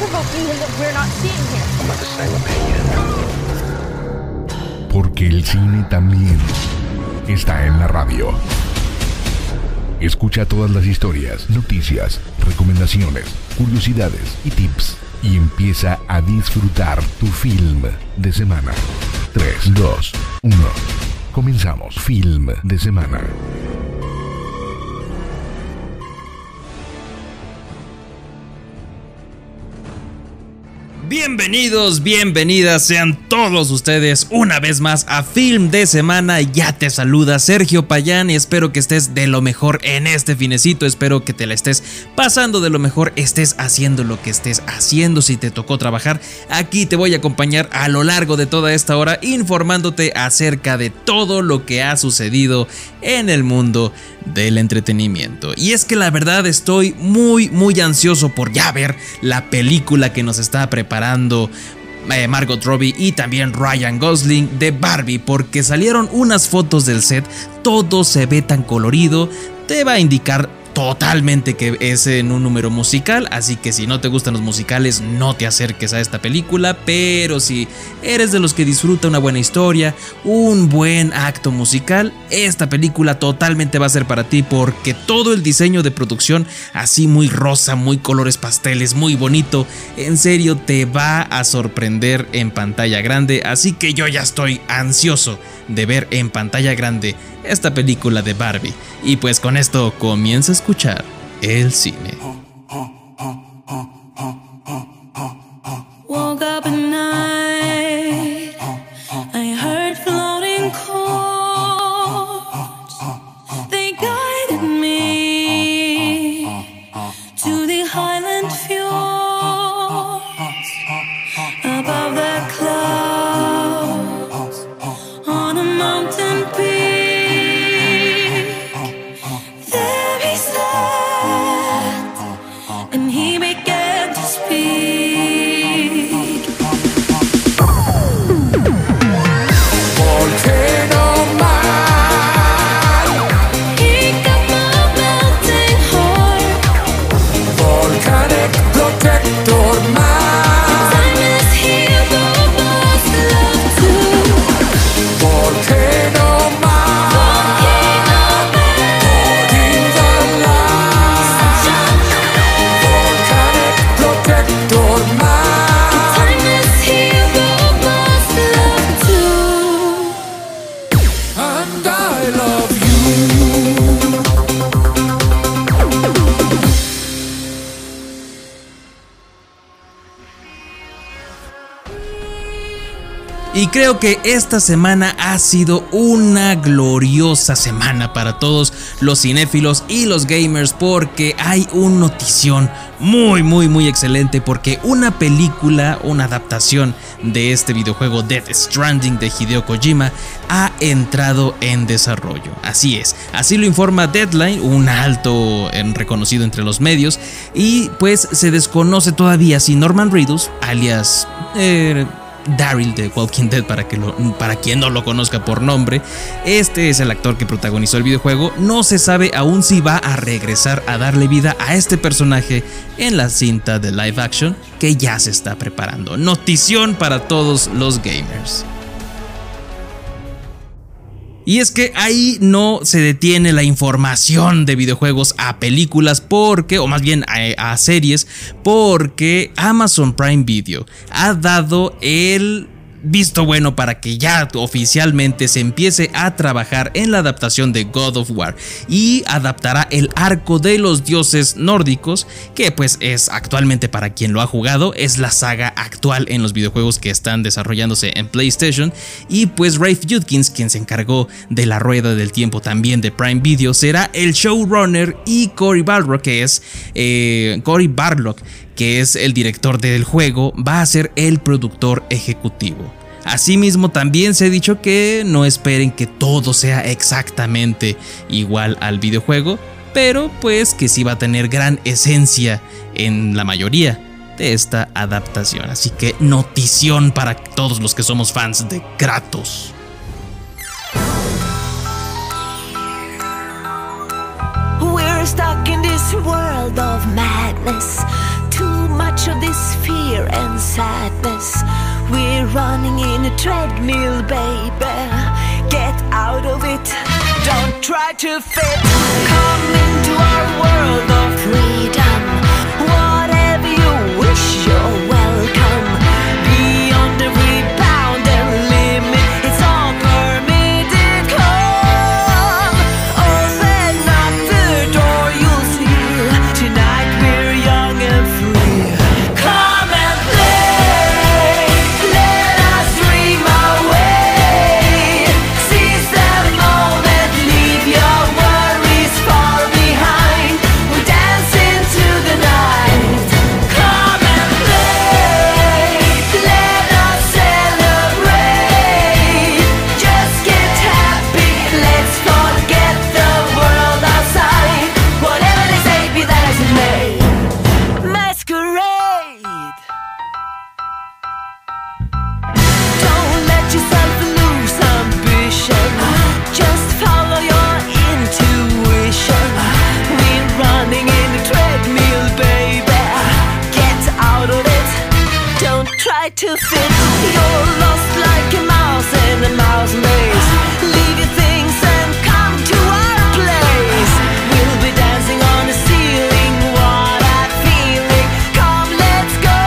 physical demon that we're not seeing here. I'm of the same opinion. Porque el cine también está en la radio. Escucha todas las historias, noticias, recomendaciones, curiosidades y tips. Y empieza a disfrutar tu film de semana. 3, 2, 1. Comenzamos. Film de semana. Bienvenidos, bienvenidas sean todos ustedes una vez más a Film de Semana. Ya te saluda Sergio Payán y espero que estés de lo mejor en este finecito. Espero que te la estés pasando de lo mejor, estés haciendo lo que estés haciendo. Si te tocó trabajar, aquí te voy a acompañar a lo largo de toda esta hora informándote acerca de todo lo que ha sucedido en el mundo del entretenimiento. Y es que la verdad estoy muy ansioso por ya ver la película que nos está preparando Margot Robbie y también Ryan Gosling de Barbie, porque salieron unas fotos del set, todo se ve tan colorido, te va a indicar totalmente que es en un número musical, así que si no te gustan los musicales no te acerques a esta película, pero si eres de los que disfruta una buena historia, un buen acto musical, esta película totalmente va a ser para ti, porque todo el diseño de producción así muy rosa, muy colores pasteles, muy bonito, en serio te va a sorprender en pantalla grande, así que yo ya estoy ansioso de ver en pantalla grande esta película de Barbie. Y pues con esto comienza a escuchar el cine. Woke up at night, I heard floating chords. They guided me to the highland fjords. Above the clouds, on a mountain peak. And he began to speak. Volcano man, he got my melting heart. Volcanic protector man, timeless hero of love too. Volcano man, volcano man, in the light. Protector man, timeless hero must love too. And I love you. Y creo que esta semana ha sido una gloriosa semana para todos los cinéfilos y los gamers, porque hay una notición muy excelente, porque una película, una adaptación de este videojuego Death Stranding de Hideo Kojima ha entrado en desarrollo. Así es, así lo informa Deadline, un alto reconocido entre los medios, y pues se desconoce todavía si Norman Reedus, alias Daryl de Walking Dead, para quien no lo conozca por nombre, este es el actor que protagonizó el videojuego. No se sabe aún si va a regresar a darle vida a este personaje en la cinta de live action que ya se está preparando. Notición para todos los gamers. Y es que ahí no se detiene la información de videojuegos a películas, porque, o más bien a series, porque Amazon Prime Video ha dado el visto bueno para que ya oficialmente se empiece a trabajar en la adaptación de God of War, y adaptará el arco de los dioses nórdicos, que pues es actualmente, para quien lo ha jugado, es la saga actual en los videojuegos que están desarrollándose en PlayStation. Y pues Rafe Judkins, quien se encargó de la rueda del tiempo también de Prime Video, será el showrunner, y Cory Barlog, que es el director del juego, va a ser el productor ejecutivo. Asimismo, también se ha dicho que no esperen que todo sea exactamente igual al videojuego, pero pues que sí va a tener gran esencia en la mayoría de esta adaptación. Así que notición para todos los que somos fans de Kratos. We're stuck in this world of madness. Too much much of this fear and sadness. We're running in a treadmill, baby. Get out of it, don't try to fit. Come into our world of freedom. Whatever you wish, you're welcome. Beyond every bound and limit, it's all permitted. Come, open up the door, you'll see. Tonight we're young and free. Come and play, let us dream away. Seize the moment, leave your worries far behind. We dance into the night. Come and play, let us celebrate. Just get happy, let's forget the world outside. Whatever they say, be that as it may. Masquerade. Don't let yourself lose ambition. Just follow your intuition. We're running in a treadmill, baby. Get out of it. Don't try to fit. You're lost like a mouse in a mouse maze. Leave your things and come to our place. We'll be dancing on the ceiling. What a feeling. Come, let's go.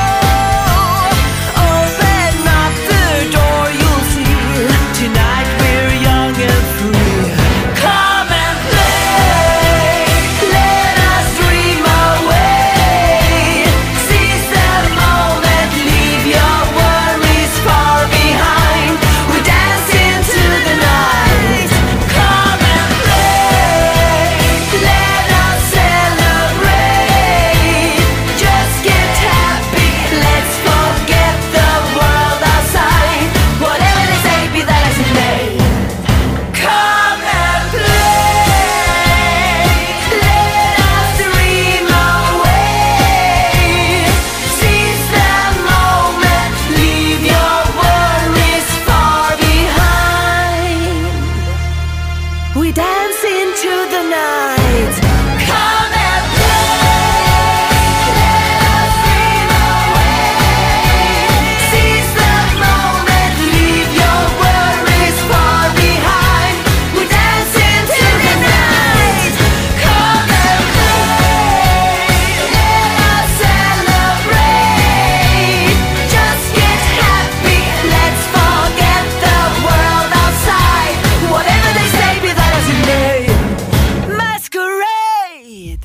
Open up the door, you'll see. Tonight we're young and free. Come and play. Let us dream away. Seize the moment, leave your worries far behind. We dance into the night. Come and play. Let us celebrate. Just get happy. Let's forget the world outside. Whatever they say, be that as it may. Come and play. Let us dream away. Seize the moment. Leave your worries far behind. We dance into the night. Come and play. Let us dream away. Seize the moment. Leave your worries far behind. We dance into the night. Come and play. Let us celebrate. Just get happy. Let's forget the world outside. Whatever they say, be that as it may. Masquerade.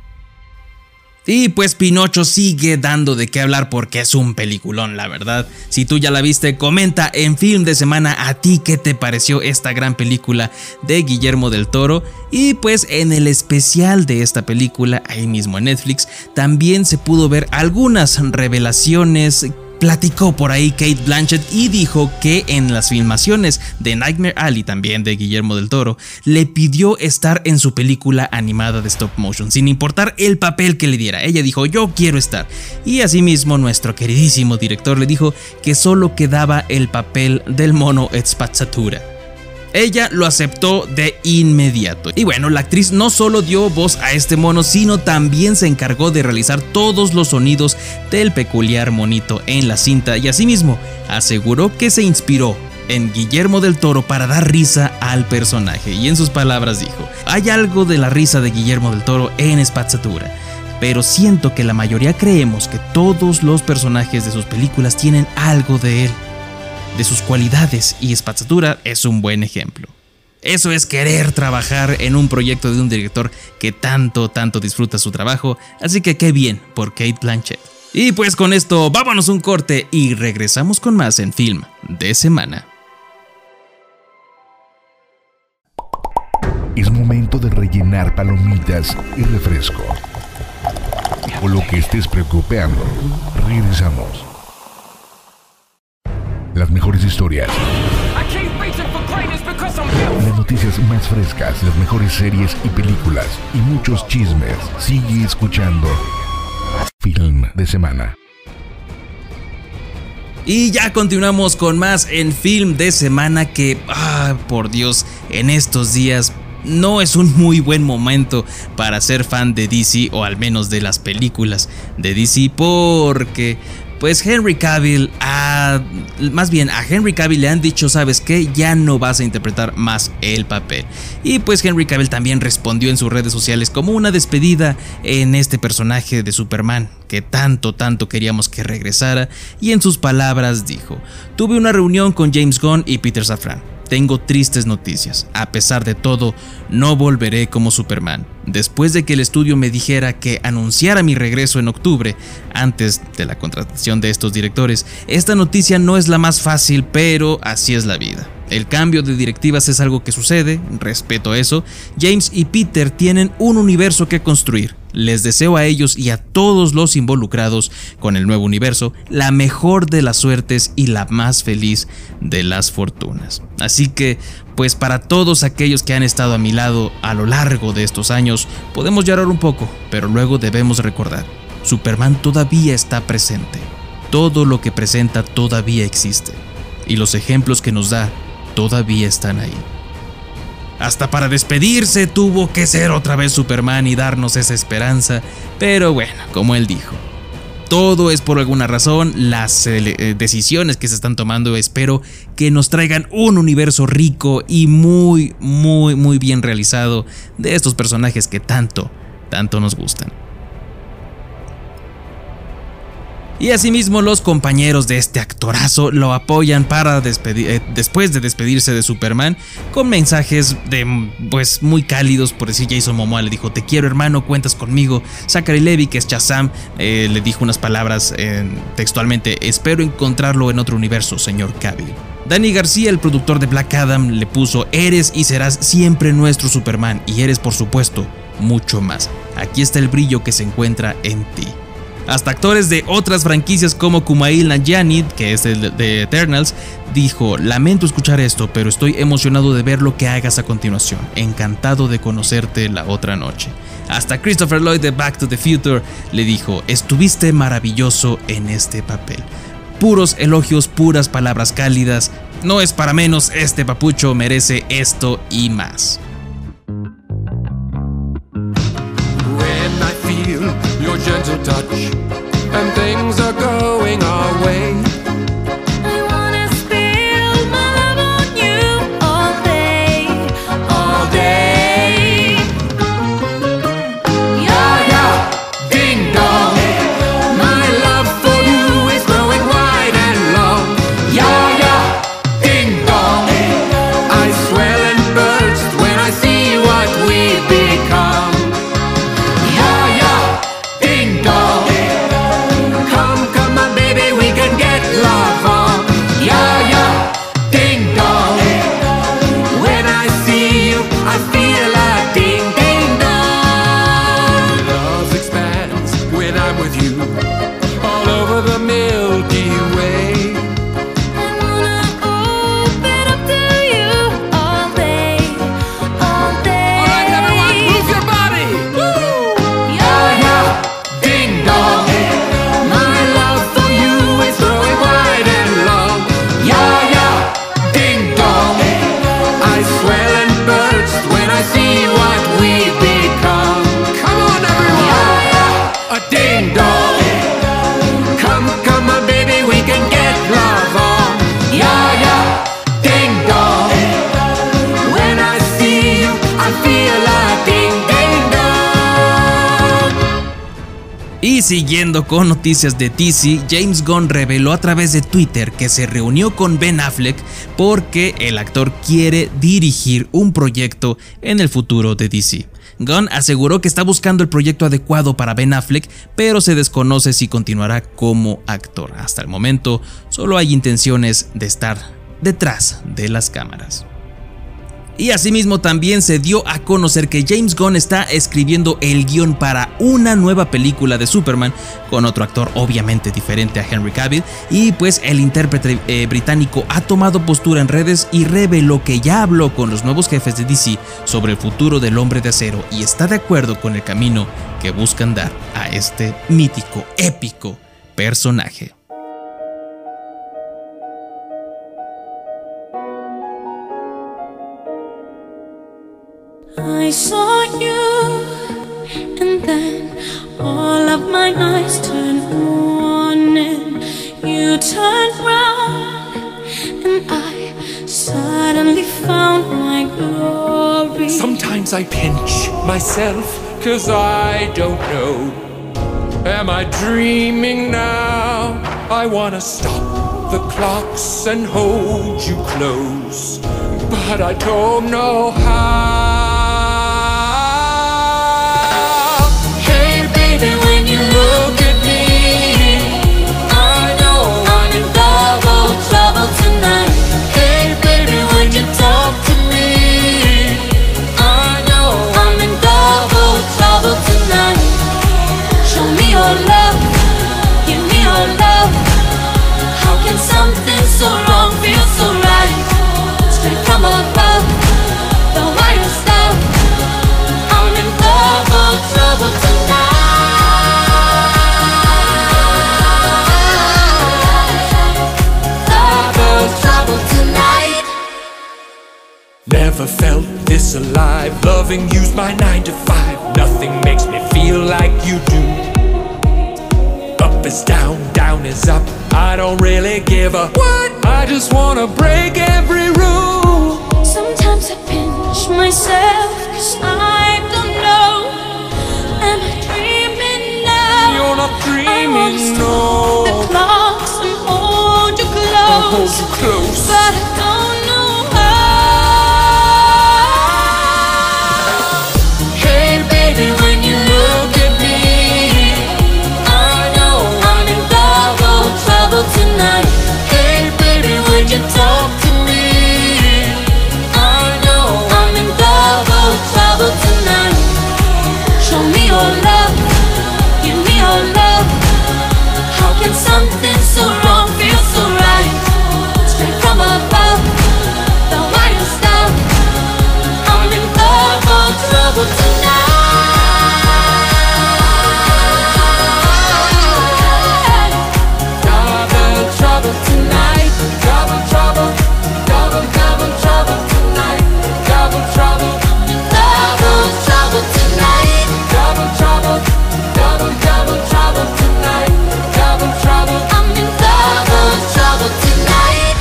Y pues Pinocho sigue dando de qué hablar porque es un peliculón, la verdad. Si tú ya la viste, comenta en Film de Semana a ti qué te pareció esta gran película de Guillermo del Toro. Y pues en el especial de esta película, ahí mismo en Netflix, también se pudo ver algunas revelaciones. Platicó por ahí Cate Blanchett y dijo que en las filmaciones de Nightmare Alley, también de Guillermo del Toro, le pidió estar en su película animada de stop motion, sin importar el papel que le diera. Ella dijo, yo quiero estar. Y asimismo nuestro queridísimo director le dijo que solo quedaba el papel del mono Spazzatura. Ella lo aceptó de inmediato. Y bueno, la actriz no solo dio voz a este mono, sino también se encargó de realizar todos los sonidos del peculiar monito en la cinta y asimismo aseguró que se inspiró en Guillermo del Toro para dar risa al personaje. Y en sus palabras dijo, hay algo de la risa de Guillermo del Toro en Spazzatura, pero siento que la mayoría creemos que todos los personajes de sus películas tienen algo de él, de sus cualidades, y Spazzatura es un buen ejemplo. Eso es querer trabajar en un proyecto de un director que tanto disfruta su trabajo, así que qué bien por Cate Blanchett. Y pues con esto vámonos un corte y regresamos con más en Film de Semana. Es momento de rellenar palomitas y refresco. O lo que estés preocupando, regresamos. Las mejores historias, las noticias más frescas, las mejores series y películas y muchos chismes. Sigue escuchando Film de Semana. Y ya continuamos con más en Film de Semana que, por Dios, en estos días no es un muy buen momento para ser fan de DC, o al menos de las películas de DC, porque pues a Henry Cavill le han dicho, ¿sabes qué? Ya no vas a interpretar más el papel. Y pues Henry Cavill también respondió en sus redes sociales como una despedida en este personaje de Superman que tanto queríamos que regresara, y en sus palabras dijo: tuve una reunión con James Gunn y Peter Safran. Tengo tristes noticias. A pesar de todo, no volveré como Superman. Después de que el estudio me dijera que anunciara mi regreso en octubre, antes de la contratación de estos directores, esta noticia no es la más fácil, pero así es la vida. El cambio de directivas es algo que sucede, respeto eso. James y Peter tienen un universo que construir. Les deseo a ellos y a todos los involucrados con el nuevo universo la mejor de las suertes y la más feliz de las fortunas. Así que, pues para todos aquellos que han estado a mi lado a lo largo de estos años, podemos llorar un poco, pero luego debemos recordar: Superman todavía está presente. Todo lo que presenta todavía existe. Y los ejemplos que nos da todavía están ahí. Hasta para despedirse tuvo que ser otra vez Superman y darnos esa esperanza, pero bueno, como él dijo, todo es por alguna razón. Las decisiones que se están tomando espero que nos traigan un universo rico y muy bien realizado de estos personajes que tanto nos gustan. Y asimismo los compañeros de este actorazo lo apoyan para después de despedirse de Superman, con mensajes pues muy cálidos. Por decir, Jason Momoa le dijo: te quiero, hermano, cuentas conmigo. Zachary Levi, que es Shazam, le dijo unas palabras textualmente: espero encontrarlo en otro universo, señor Cavill. Danny García, el productor de Black Adam, le puso: eres y serás siempre nuestro Superman, y eres por supuesto mucho más. Aquí está el brillo que se encuentra en ti. Hasta actores de otras franquicias como Kumail Nanjiani, que es el de Eternals, dijo: lamento escuchar esto, pero estoy emocionado de ver lo que hagas a continuación. Encantado de conocerte la otra noche. Hasta Christopher Lloyd de Back to the Future le dijo: estuviste maravilloso en este papel. Puros elogios, puras palabras cálidas. No es para menos, este papucho merece esto y más. Your gentle touch, and things are going our way. I wanna spill my love on you all day, all day. Yeah, yeah, ding dong. My love for you is growing wide and long. Yeah, yeah, ding dong. I swell and burst when I see what we've become. Y siguiendo con noticias de DC, James Gunn reveló a través de Twitter que se reunió con Ben Affleck porque el actor quiere dirigir un proyecto en el futuro de DC. Gunn aseguró que está buscando el proyecto adecuado para Ben Affleck, pero se desconoce si continuará como actor. Hasta el momento, solo hay intenciones de estar detrás de las cámaras. Y asimismo también se dio a conocer que James Gunn está escribiendo el guión para una nueva película de Superman con otro actor obviamente diferente a Henry Cavill, y pues el intérprete británico ha tomado postura en redes y reveló que ya habló con los nuevos jefes de DC sobre el futuro del Hombre de Acero y está de acuerdo con el camino que buscan dar a este mítico, épico personaje. then all of my eyes turn on and you turned round and I suddenly found my glory. Sometimes I pinch myself 'cause I don't know. Am I dreaming now? I wanna stop the clocks and hold you close, but I don't know how. Hey baby, when you look at me, I know I'm in double trouble tonight. Hey baby, would you talk to me? I know I'm in double trouble tonight. Show me your love, give me your love. How can something so wrong feel so right? Straight from above, the wire stuff. I'm in double trouble tonight. Double trouble tonight. Never felt this alive. Loving you's my 9 to 5. Nothing makes me feel like you do. Up is down, down is up. I don't really give a what. I just wanna break every rule. Sometimes I pinch myself 'cause I don't know. Am I dreaming now? You're not I dreaming, wanna stop no. the clocks and hold you close, I'll hold you close. but I don't know how. Hey baby, when you look at me, I know I'm in double trouble tonight. hey baby, would you talk to me? I know I'm in double trouble tonight. Show me your love, give me your love. How can something so wrong feel so right? Straight from above, the wire stuff. I'm in double trouble tonight. Double trouble tonight. Double trouble. Double, double trouble tonight. Double trouble. Double trouble tonight. Double trouble. Double, double trouble tonight. Double trouble. I'm in double trouble tonight.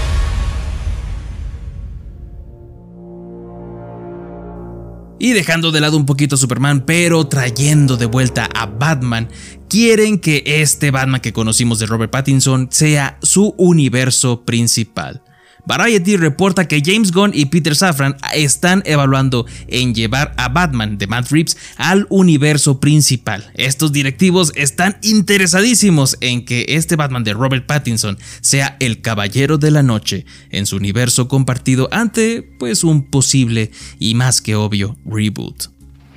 Y dejando de lado un poquito a Superman, pero trayendo de vuelta a Batman, quieren que este Batman que conocimos de Robert Pattinson sea su universo principal. Variety reporta que James Gunn y Peter Safran están evaluando en llevar a Batman de Matt Reeves al universo principal. Estos directivos están interesadísimos en que este Batman de Robert Pattinson sea el Caballero de la Noche en su universo compartido ante pues un posible y más que obvio reboot.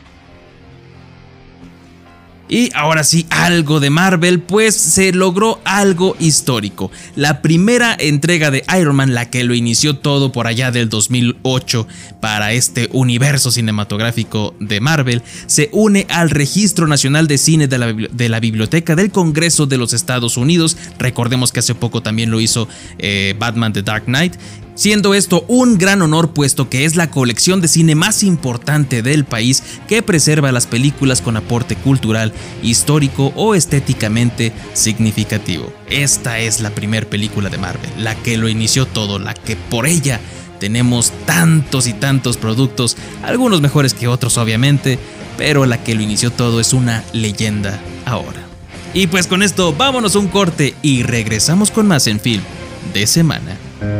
Y ahora sí, algo de Marvel, pues se logró algo histórico. La primera entrega de Iron Man, la que lo inició todo por allá del 2008 para este universo cinematográfico de Marvel, se une al Registro Nacional de Cine de la Biblioteca del Congreso de los Estados Unidos. Recordemos que hace poco también lo hizo Batman The Dark Knight. Siendo esto un gran honor, puesto que es la colección de cine más importante del país que preserva las películas con aporte cultural, histórico o estéticamente significativo. Esta es la primera película de Marvel, la que lo inició todo, la que por ella tenemos tantos y tantos productos, algunos mejores que otros obviamente, pero la que lo inició todo es una leyenda ahora. Y pues con esto vámonos a un corte y regresamos con más en Film de Semana.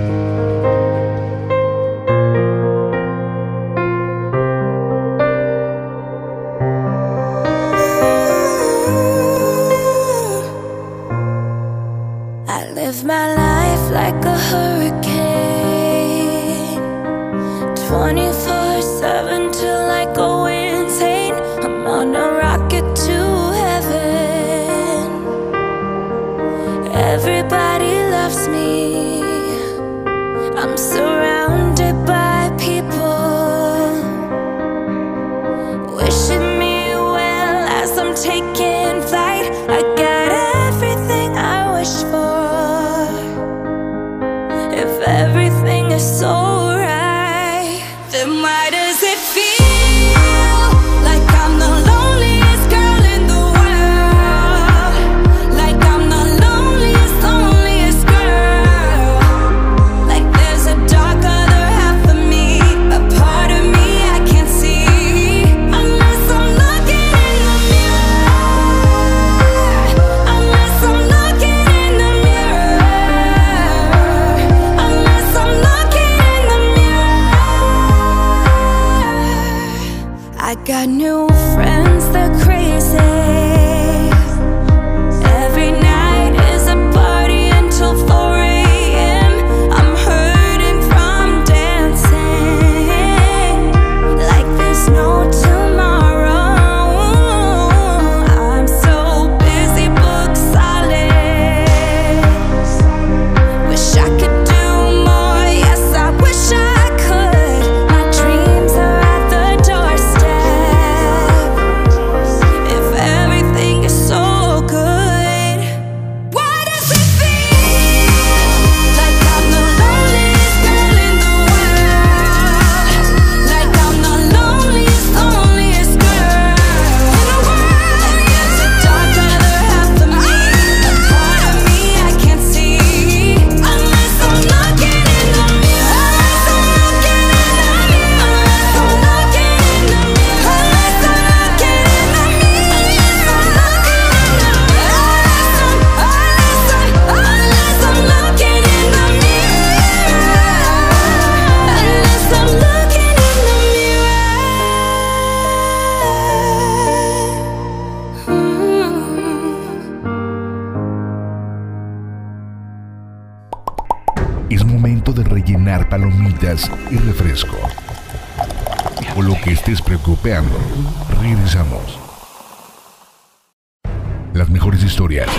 Live my life like a hurricane, 24/7 till I go insane. I'm on a rocket to heaven. Everybody loves me. I'm surrounded by people wishing me well as I'm taking flight. I got everything I wish for. If everything is so right, then why palomitas y refresco. O lo que estés preocupando, regresamos. Las mejores historias,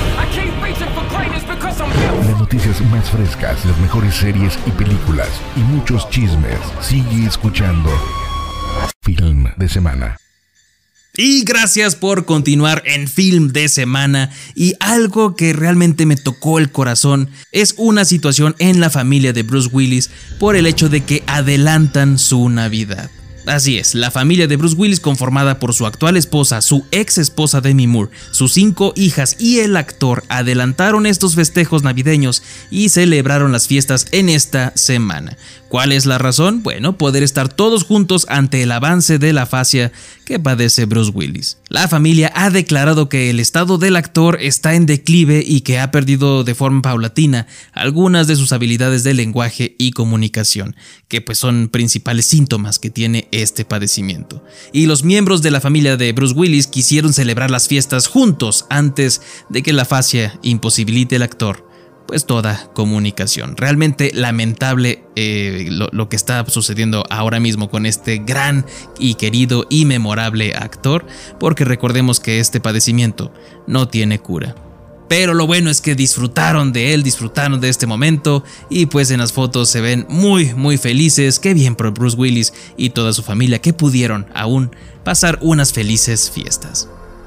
las noticias más frescas, las mejores series y películas y muchos chismes. Sigue escuchando Film de Semana. Y gracias por continuar en Film de Semana. Y algo que realmente me tocó el corazón es una situación en la familia de Bruce Willis por el hecho de que adelantan su Navidad. Así es, la familia de Bruce Willis, conformada por su actual esposa, su ex esposa Demi Moore, sus 5 hijas y el actor, adelantaron estos festejos navideños y celebraron las fiestas en esta semana. ¿Cuál es la razón? Bueno, poder estar todos juntos ante el avance de la afasia que padece Bruce Willis. La familia ha declarado que el estado del actor está en declive y que ha perdido de forma paulatina algunas de sus habilidades de lenguaje y comunicación, que pues son principales síntomas que tiene este padecimiento. Y los miembros de la familia de Bruce Willis quisieron celebrar las fiestas juntos antes de que la afasia imposibilite al actor pues toda comunicación. Realmente lamentable lo que está sucediendo ahora mismo con este gran y querido y memorable actor, porque recordemos que este padecimiento no tiene cura. Pero lo bueno es que disfrutaron de él, disfrutaron de este momento y pues en las fotos se ven muy felices. Qué bien por Bruce Willis y toda su familia que pudieron aún pasar unas felices fiestas.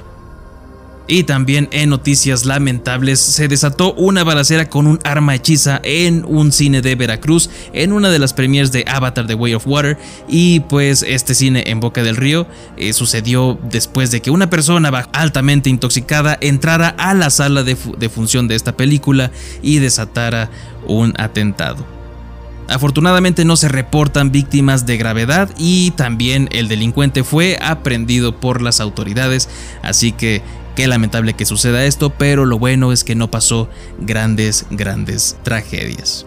Y también en noticias lamentables, se desató una balacera con un arma hechiza en un cine de Veracruz en una de las premieres de Avatar The Way of Water. Y pues este cine en Boca del Río sucedió después de que una persona altamente intoxicada entrara a la sala de función de esta película y desatara un atentado. Afortunadamente no se reportan víctimas de gravedad y también el delincuente fue aprehendido por las autoridades, así que qué lamentable que suceda esto, pero lo bueno es que no pasó grandes tragedias.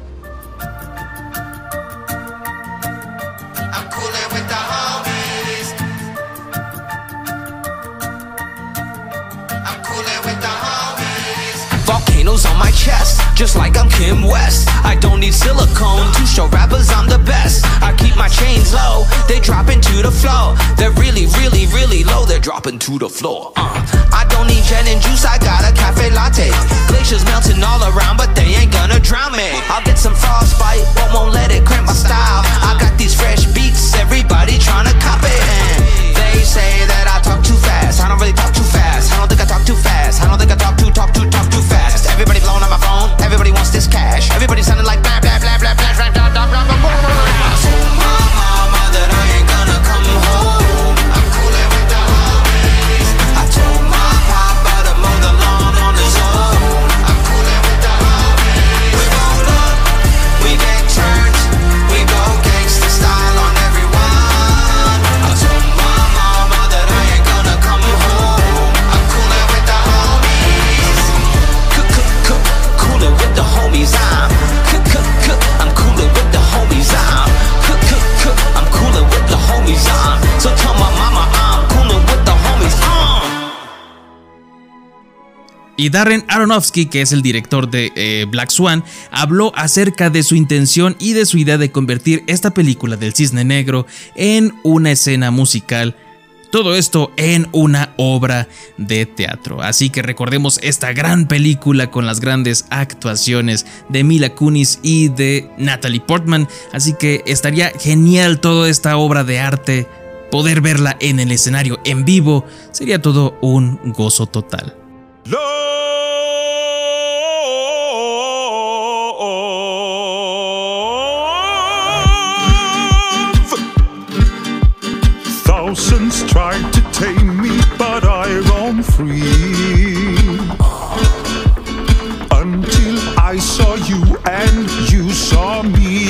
Volcanoes on my chest, just like I'm Kim West. I don't need silicone to show rappers I'm the best. I keep my chains low, they dropping to the floor. They're really low, they're dropping to the floor. I don't need gin and juice, I got a cafe latte. Glaciers melting all around, but they ain't gonna drown me. I'll get some frostbite, but won't let it cramp my style. I got these fresh beats, everybody trying to copy. And they say that I talk too fast. I don't really talk too fast. I don't think I talk too fast. I don't think I talk too fast. Everybody blowing on my phone. Everybody wants this cash. Everybody sounding like blah blah blah blah blah blah blah blah blah blah. I told my mama that I ain't gonna come home. I'm coolin' with the homies. I told my papa to mow the lawn on his own. I'm coolin' with the homies. We roll up, we get turned, we go gangsta style on everyone. I told my mama that I ain't gonna come home. I'm coolin' with the homies. Cooler with the homies. I'm cooler with the homies. I'm cooler with the homies. So tell my mama I'm cooler with the homies. Y Darren Aronofsky, que es el director de Black Swan, habló acerca de su intención y de su idea de convertir esta película del Cisne Negro en una escena musical. Todo esto en una obra de teatro. Así que recordemos esta gran película con las grandes actuaciones de Mila Kunis y de Natalie Portman. Así que estaría genial toda esta obra de arte. Poder verla en el escenario en vivo sería todo un gozo total. Thousands tried to tame me, but I roam free. Until I saw you and you saw me.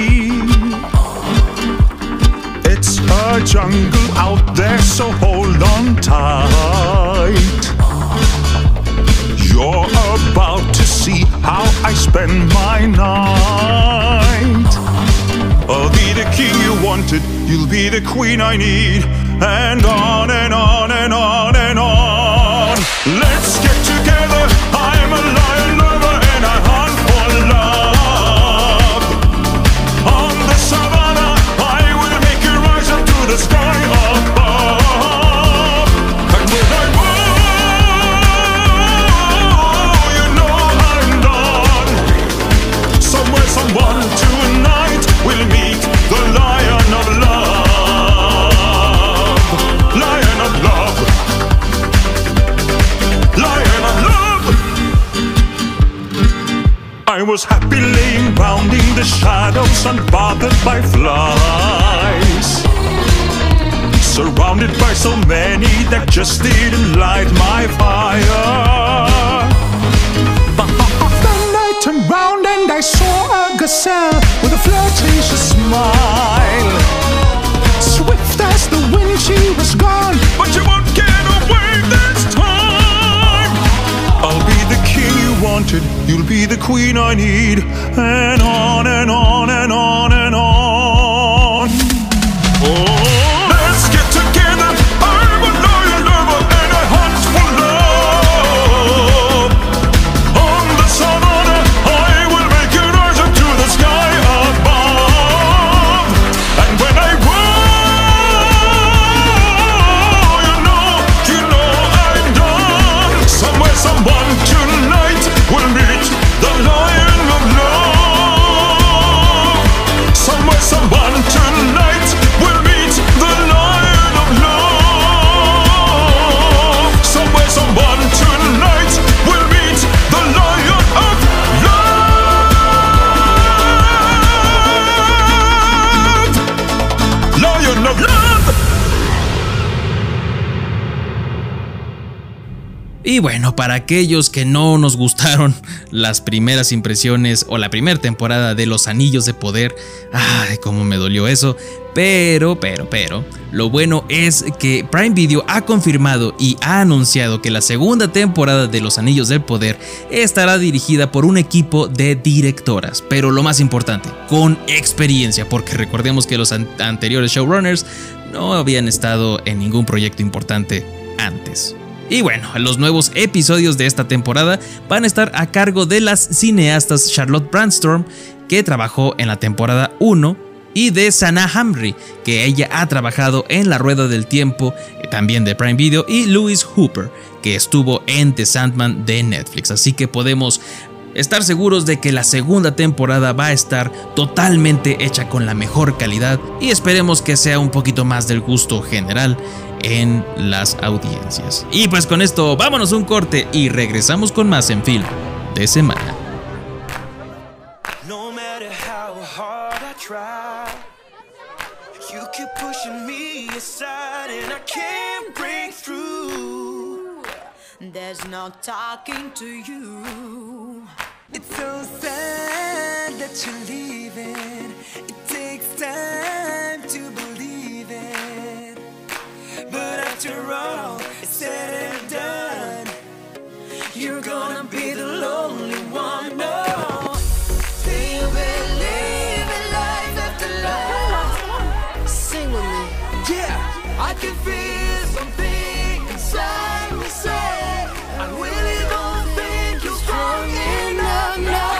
It's a jungle out there, so hold on tight. You're about to see how I spend my night. I'll be the king you wanted, you'll be the queen I need. And on and on and on and on. Let's get together, I'm a lion lover and I hunt for love. I was happy laying round in the shadows, unbothered by flies, surrounded by so many that just didn't light my fire. Then I turned round and I saw a gazelle with a flirtatious smile. Swift as the wind she was gone, but you won't get away this time. I'll be the king you wanted, you'll be the queen I need, and on and on and on and on. Oh, let's get together. I'm a loyal lover and I hunt for love. On the savannah, I will make you rise up to the sky above. And when I roll, you know I'm done. Somewhere, someone tonight will meet the lion of love. Somewhere, someone tonight will meet the lion of love. Somewhere, someone tonight will meet the lion of love. Lion of love. Y bueno, para aquellos que no nos gustaron las primeras impresiones o la primera temporada de Los Anillos de Poder, ay, cómo me dolió eso, pero, lo bueno es que Prime Video ha confirmado y ha anunciado que la segunda temporada de Los Anillos del Poder estará dirigida por un equipo de directoras, pero lo más importante, con experiencia, porque recordemos que los anteriores showrunners no habían estado en ningún proyecto importante antes. Y bueno, los nuevos episodios de esta temporada van a estar a cargo de las cineastas Charlotte Brandstorm, que trabajó en la temporada 1, y de Sana Hamri, que ella ha trabajado en La Rueda del Tiempo, también de Prime Video, y Louise Hooper, que estuvo en The Sandman de Netflix. Así que podemos estar seguros de que la segunda temporada va a estar totalmente hecha con la mejor calidad y esperemos que sea un poquito más del gusto general en las audiencias. Y pues con esto vámonos a un corte y regresamos con más en Film de Semana. No matter how hard I try, you keep pushing me aside and I can't break through. There's no talking to you. It's so sad that you're leaving. It takes time to believe it, but after all it's said and done, you're gonna be the lonely one. No, do you believe in life after love? Sing with me. Yeah, I can feel something inside me say, I really don't think you're strong enough now.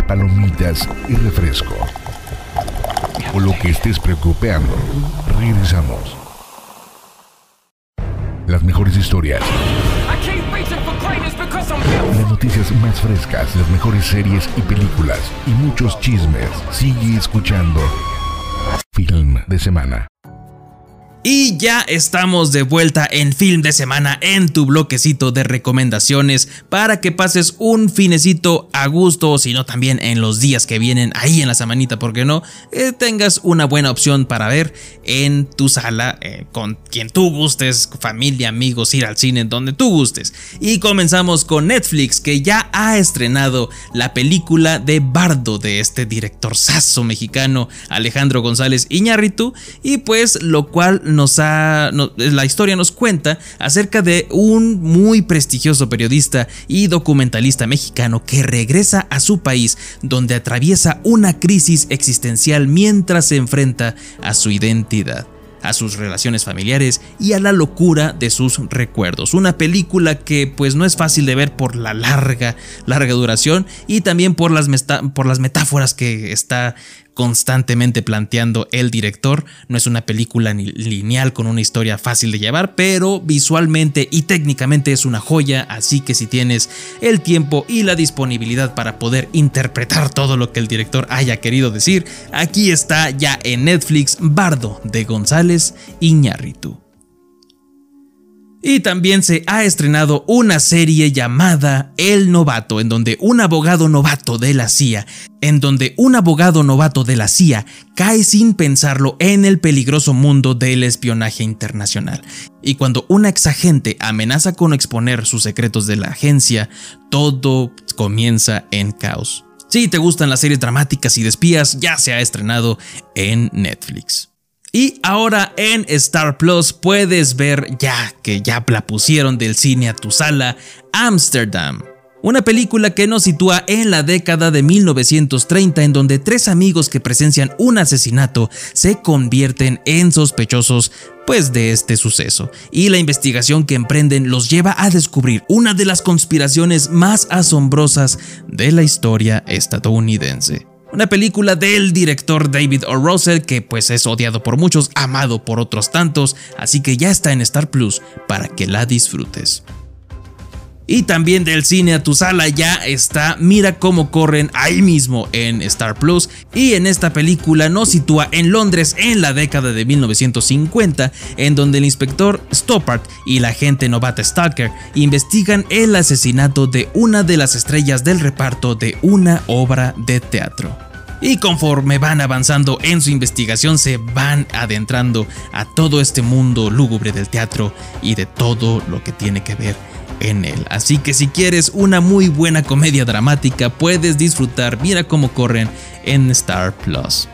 palomitas y refresco. O lo que estés preocupando, regresamos. Las mejores historias, las noticias más frescas, las mejores series y películas y muchos chismes. Sigue escuchando Film de Semana. Y ya estamos de vuelta en Film de Semana, en tu bloquecito de recomendaciones para que pases un finecito a gusto, o si no también en los días que vienen ahí en la semanita, ¿por qué no? Tengas una buena opción para ver en tu sala, con quien tú gustes, familia, amigos, ir al cine, donde tú gustes. Y comenzamos con Netflix, que ya ha estrenado la película de Bardo de este directorzazo mexicano Alejandro González Iñárritu, y pues lo cual la historia nos cuenta acerca de un muy prestigioso periodista y documentalista mexicano que regresa a su país, donde atraviesa una crisis existencial mientras se enfrenta a su identidad, a sus relaciones familiares y a la locura de sus recuerdos. Una película que pues no es fácil de ver por la larga duración y también por las metáforas que está constantemente planteando el director. No es una película lineal con una historia fácil de llevar, pero visualmente y técnicamente es una joya, así que si tienes el tiempo y la disponibilidad para poder interpretar todo lo que el director haya querido decir, aquí está ya en Netflix Bardo de González Iñárritu. Y también se ha estrenado una serie llamada El Novato, en donde un abogado novato de la CIA cae sin pensarlo en el peligroso mundo del espionaje internacional. Y cuando una exagente amenaza con exponer sus secretos de la agencia, todo comienza en caos. Si te gustan las series dramáticas y de espías, ya se ha estrenado en Netflix. Y ahora en Star Plus puedes ver, ya que ya la pusieron del cine a tu sala, Amsterdam. Una película que nos sitúa en la década de 1930, en donde tres amigos que presencian un asesinato se convierten en sospechosos pues de este suceso, y la investigación que emprenden los lleva a descubrir una de las conspiraciones más asombrosas de la historia estadounidense. Una película del director David O. Russell que pues es odiado por muchos, amado por otros tantos, así que ya está en Star Plus para que la disfrutes. Y también del cine a tu sala ya está Mira cómo corren, ahí mismo en Star Plus, y en esta película nos sitúa en Londres en la década de 1950, en donde el inspector Stoppard y la agente novata Stalker investigan el asesinato de una de las estrellas del reparto de una obra de teatro. Y conforme van avanzando en su investigación se van adentrando a todo este mundo lúgubre del teatro y de todo lo que tiene que ver en él. Así que si quieres una muy buena comedia dramática, puedes disfrutar Mira cómo corren en Star Plus.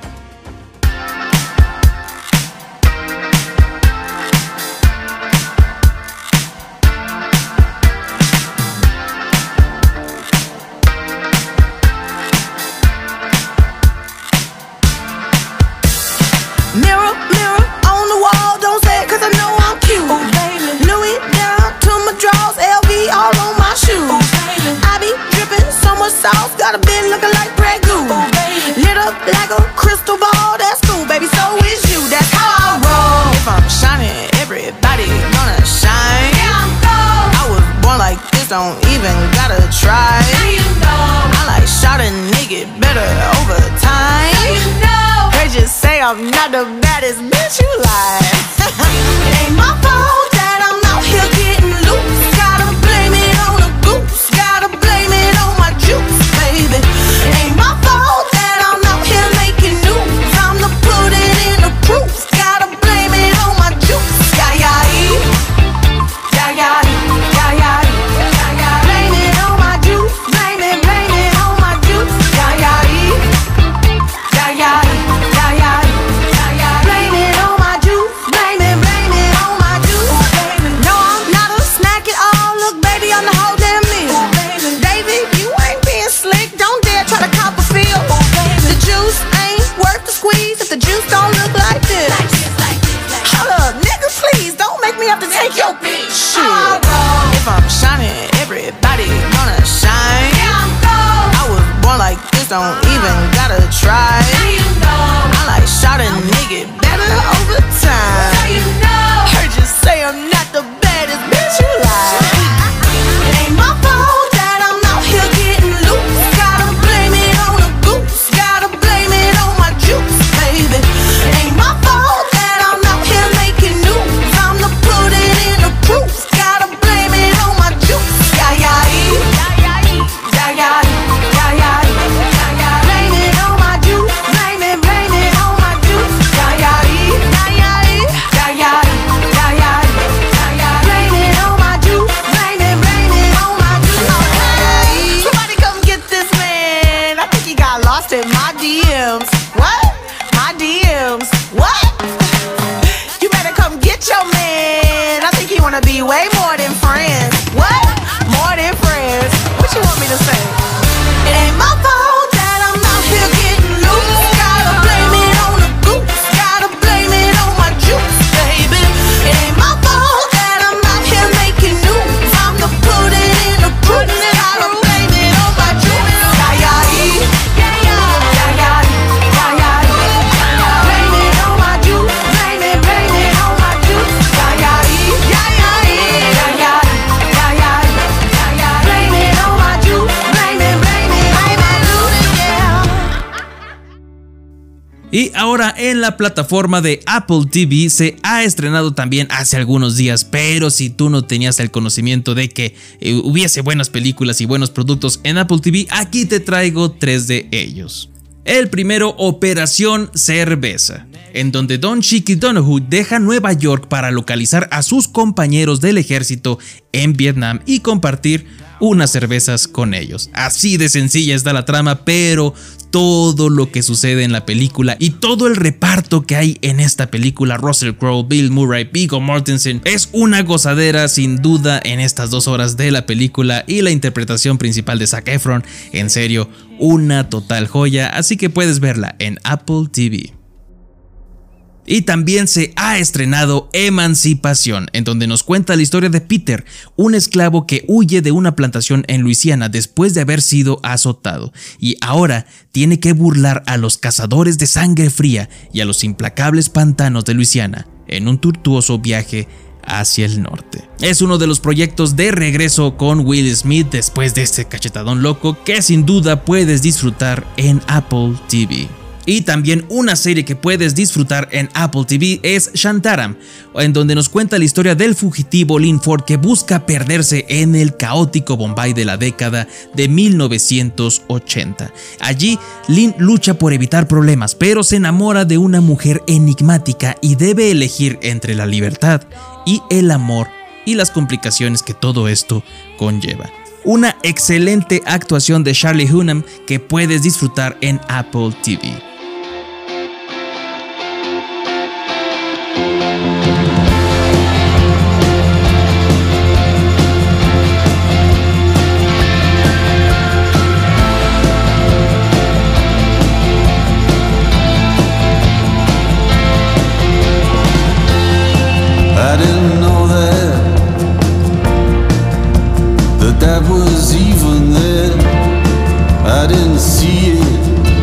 Mirror, mirror on the wall, don't say it 'cause I know I'm cute. Oh, baby. Louis down to my drawers, LV all on my shoes. Oh, baby. I be dripping so much sauce, got a bit looking like Grey Goose. Oh, baby. Lit up like a crystal ball, that's cool, baby, so is you, that's how I roll. If I'm shining, everybody gonna shine. Yeah, I'm gold. I was born like this, don't even gotta try. Now you know. I like shot and naked better over time. Now you know. They just say I'm not the baddest bitch, you lie. It ain't my fault that I'm out here getting loose. Gotta blame it on the goose. Gotta blame it on my juice, baby. It ain't my fault that I'm out here making news. I'm the put it in the proof. Gotta blame it on my juice. Yeah, yeah, yeah, yeah, yeah, yeah, yeah. Blame it on my juice. Blame it on my juice. Yeah, yeah, yeah, yeah, yeah. Have to take your bitch. Shit. If I'm shining, everybody gonna shine. Yeah, I'm gold. I was born One like this don't even gotta try. I like shot a nigga better over time. Heard you say I'm not the baddest bitch you like. It ain't my fault that I'm out here getting loose. Gotta blame it on the goose. Gotta blame it on my juice, baby. It ain't my fault that I'm out here making news. I'm the put it in the proof. Gotta blame it on my juice. Yeah, yeah, yeah, yeah, yeah, yeah, yeah, yeah. Blame it on my juice. Blame it on my juice. Yeah, yeah, yeah, yeah, yeah, yeah, yeah, yeah, yeah. Blame it on my juice. Blame it on my juice. Okay. Somebody come get this man. I think he got lost in my DMs. What? My DMs. What? You better come get your man. I think he wanna be way more than friends. What? More than friends. What you want me to say? It ain't my fault that I'm out here getting loose. Gotta blame it on the goose. Gotta blame it on my juice, baby. It ain't my fault that I'm out here making news. I'm the put it in the proof. Gotta blame it on my juice. Yeah, yeah, yeah, yeah, yeah, yeah, yeah, yeah. Blame it on my juice. Blame it on my juice. Yeah, yeah, yeah, yeah, yeah, yeah, yeah, yeah. Blame it on my juice. Blame it, yeah. Y ahora en la plataforma de Apple TV se ha estrenado también hace algunos días, pero si tú no tenías el conocimiento de que hubiese buenas películas y buenos productos en Apple TV, aquí te traigo 3 de ellos. El primero, Operación Cerveza, en donde Don Chicky Donoghue deja Nueva York para localizar a sus compañeros del ejército en Vietnam y compartir unas cervezas con ellos. Así de sencilla está la trama, pero todo lo que sucede en la película y todo el reparto que hay en esta película, Russell Crowe, Bill Murray, Viggo Mortensen, es una gozadera sin duda en estas 2 horas de la película, y la interpretación principal de Zac Efron, en serio, una total joya, así que puedes verla en Apple TV. Y también se ha estrenado Emancipación, en donde nos cuenta la historia de Peter, un esclavo que huye de una plantación en Luisiana después de haber sido azotado, y ahora tiene que burlar a los cazadores de sangre fría y a los implacables pantanos de Luisiana en un tortuoso viaje hacia el norte. Es uno de los proyectos de regreso con Will Smith después de este cachetadón loco que sin duda puedes disfrutar en Apple TV. Y también una serie que puedes disfrutar en Apple TV es Shantaram, en donde nos cuenta la historia del fugitivo Lynn Ford que busca perderse en el caótico Bombay de la década de 1980. Allí, Lynn lucha por evitar problemas, pero se enamora de una mujer enigmática y debe elegir entre la libertad y el amor y las complicaciones que todo esto conlleva. Una excelente actuación de Charlie Hunnam que puedes disfrutar en Apple TV. I didn't know that was even there. I didn't see it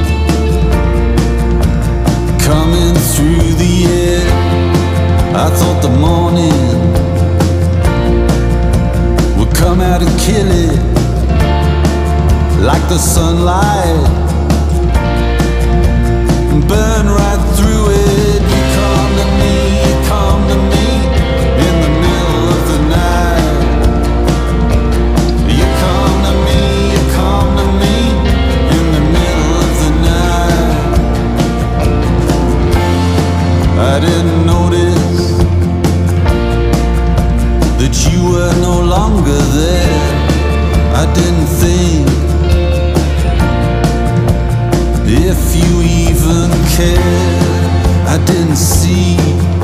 coming through the air. I thought the morning would come out and kill it like the sunlight, burn right through it. You come to me, you come to me in the middle of the night. You come to me, you come to me in the middle of the night. I didn't notice that you were no longer there. I didn't think if you even cared. I didn't see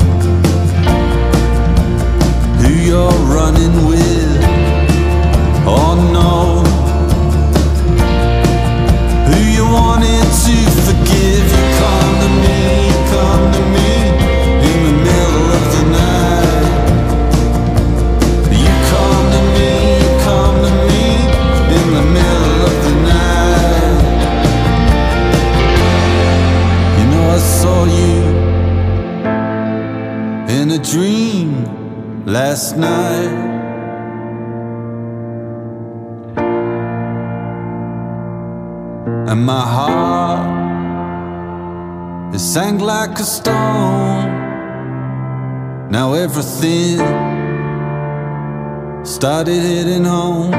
who you're running with. Oh no, who you wanted to forgive. You come to me in in a dream last night. And my heart, it sank like a stone. Now everything started hitting home.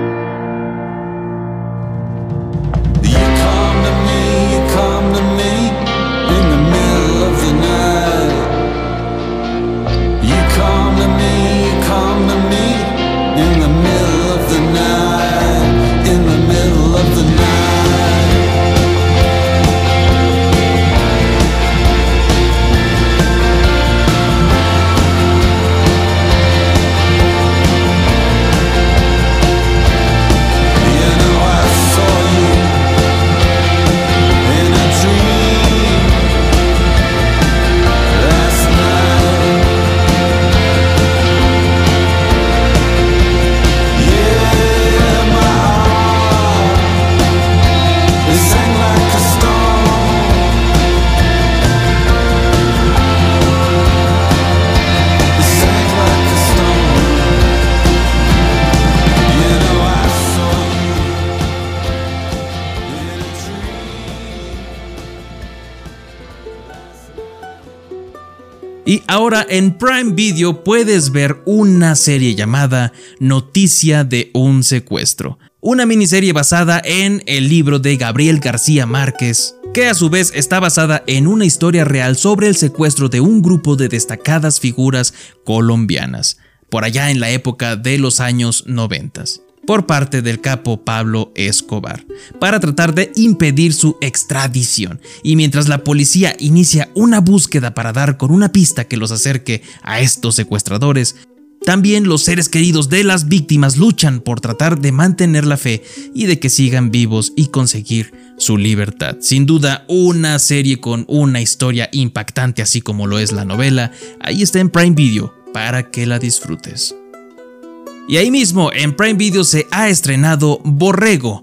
You come to me in the middle of the night. You come to me in the middle of the night. In the middle of the night. Y ahora en Prime Video puedes ver una serie llamada Noticia de un secuestro, una miniserie basada en el libro de Gabriel García Márquez, que a su vez está basada en una historia real sobre el secuestro de un grupo de destacadas figuras colombianas, por allá en la época de los años 90. Por parte del capo Pablo Escobar, para tratar de impedir su extradición. Y mientras la policía inicia una búsqueda para dar con una pista que los acerque a estos secuestradores, también los seres queridos de las víctimas luchan por tratar de mantener la fe y de que sigan vivos y conseguir su libertad. Sin duda, una serie con una historia impactante, así como lo es la novela. Ahí está en Prime Video para que la disfrutes. Y ahí mismo en Prime Video se ha estrenado Borrego,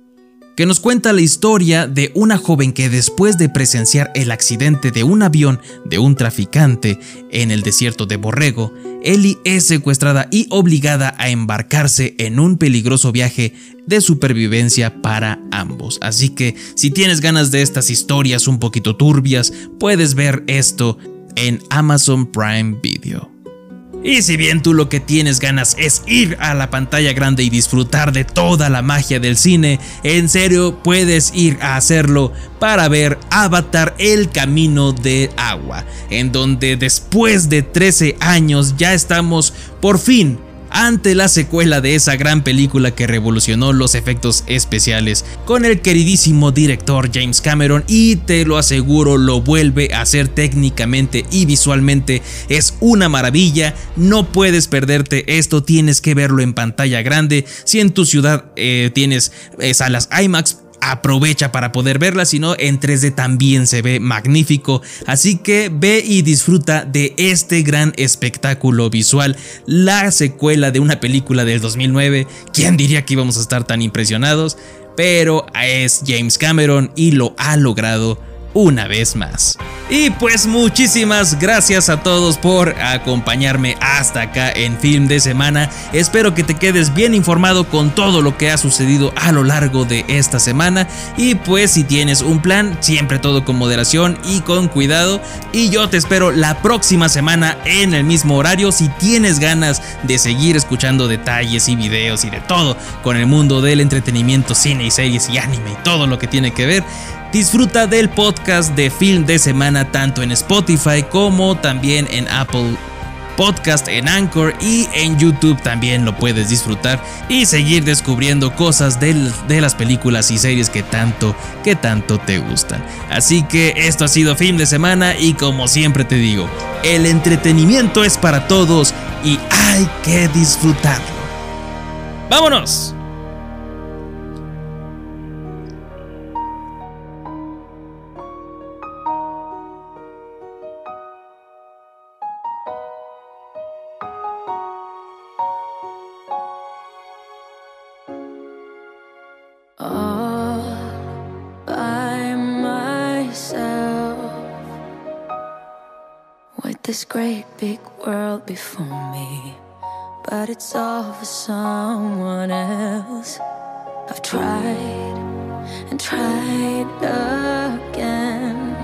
que nos cuenta la historia de una joven que después de presenciar el accidente de un avión de un traficante en el desierto de Borrego, Ellie es secuestrada y obligada a embarcarse en un peligroso viaje de supervivencia para ambos. Así que si tienes ganas de estas historias un poquito turbias, puedes ver esto en Amazon Prime Video. Y si bien tú lo que tienes ganas es ir a la pantalla grande y disfrutar de toda la magia del cine, en serio puedes ir a hacerlo para ver Avatar: El Camino de Agua, en donde después de 13 años ya estamos por fin ante la secuela de esa gran película que revolucionó los efectos especiales con el queridísimo director James Cameron, y te lo aseguro, lo vuelve a hacer técnicamente y visualmente. Es una maravilla, no puedes perderte esto, tienes que verlo en pantalla grande. Si en tu ciudad tienes salas IMAX, aprovecha para poder verla, si no en 3D también se ve magnífico, así que ve y disfruta de este gran espectáculo visual, la secuela de una película del 2009, ¿quién diría que íbamos a estar tan impresionados? Pero es James Cameron y lo ha logrado una vez más. Y pues muchísimas gracias a todos por acompañarme hasta acá en Film de Semana. Espero que te quedes bien informado con todo lo que ha sucedido a lo largo de esta semana. Y pues si tienes un plan, siempre todo con moderación y con cuidado. Y yo te espero la próxima semana en el mismo horario. Si tienes ganas de seguir escuchando detalles y videos y de todo con el mundo del entretenimiento, cine y series y anime y todo lo que tiene que ver, disfruta del podcast de Film de Semana tanto en Spotify como también en Apple Podcast, en Anchor y en YouTube también lo puedes disfrutar y seguir descubriendo cosas de las películas y series que tanto te gustan. Así que esto ha sido Film de Semana y como siempre te digo, el entretenimiento es para todos y hay que disfrutarlo. ¡Vámonos! By myself, what this great big world before me, but it's all for someone else. I've tried and tried again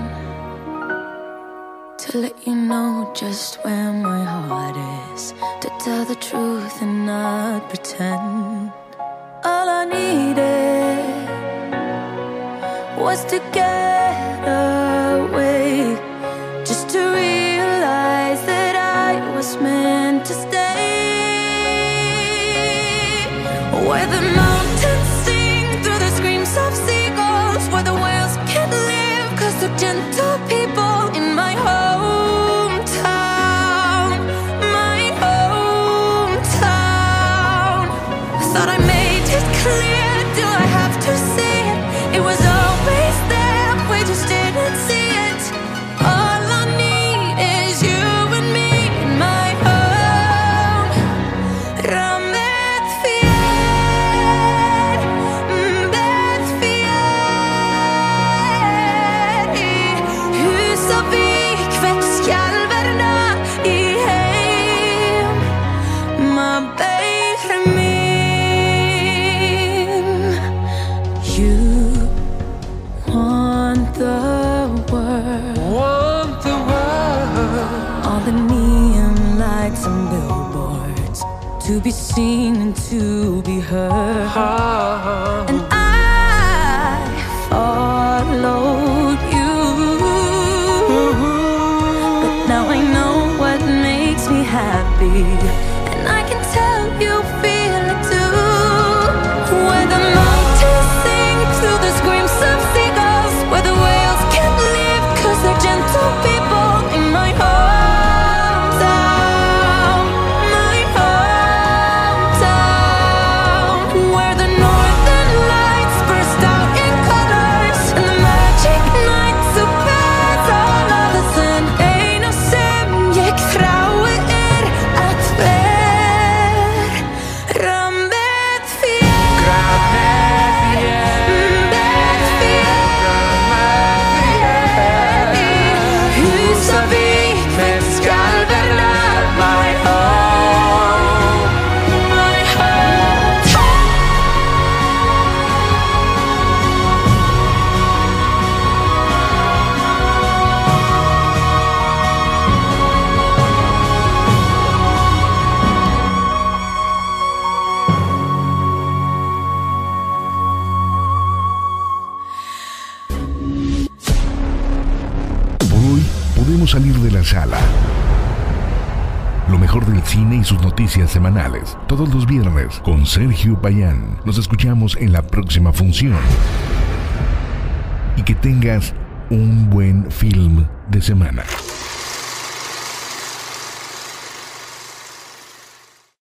to let you know just where my heart is, to tell the truth and not pretend. All I needed was to get away, just to realize that I was meant to stay. Where the mountains sing through the screams of seagulls, where the whales can't live cause they're gentle people. In my hometown, my hometown. Thought I made it clear, do I have to say it? It was always there, we just didn't see it. All I need is you and me in my home. Rammet fier, i hus og vik, vekkskalverna i heim. My baby min, you want the world, all the neon lights and billboards, to be seen and to be heard. And I followed you, but now I know what makes me happy, and I can tell you feel it too. Where the mountains sing through the screams of seagulls, where the whales can't live cause they're gentle people. In my hometown, my hometown. Where the northern lights burst out in colors, and the magic night surpass all others. And eina sem ég þrái að ver. Rammet fier, hus og vik, vekkskalverna, my home, my hometown. Por hoy podemos salir de la sala. Lo mejor del cine y sus noticias semanales, todos los viernes con Sergio Payán. Nos escuchamos en la próxima función. Y que tengas un buen film de semana.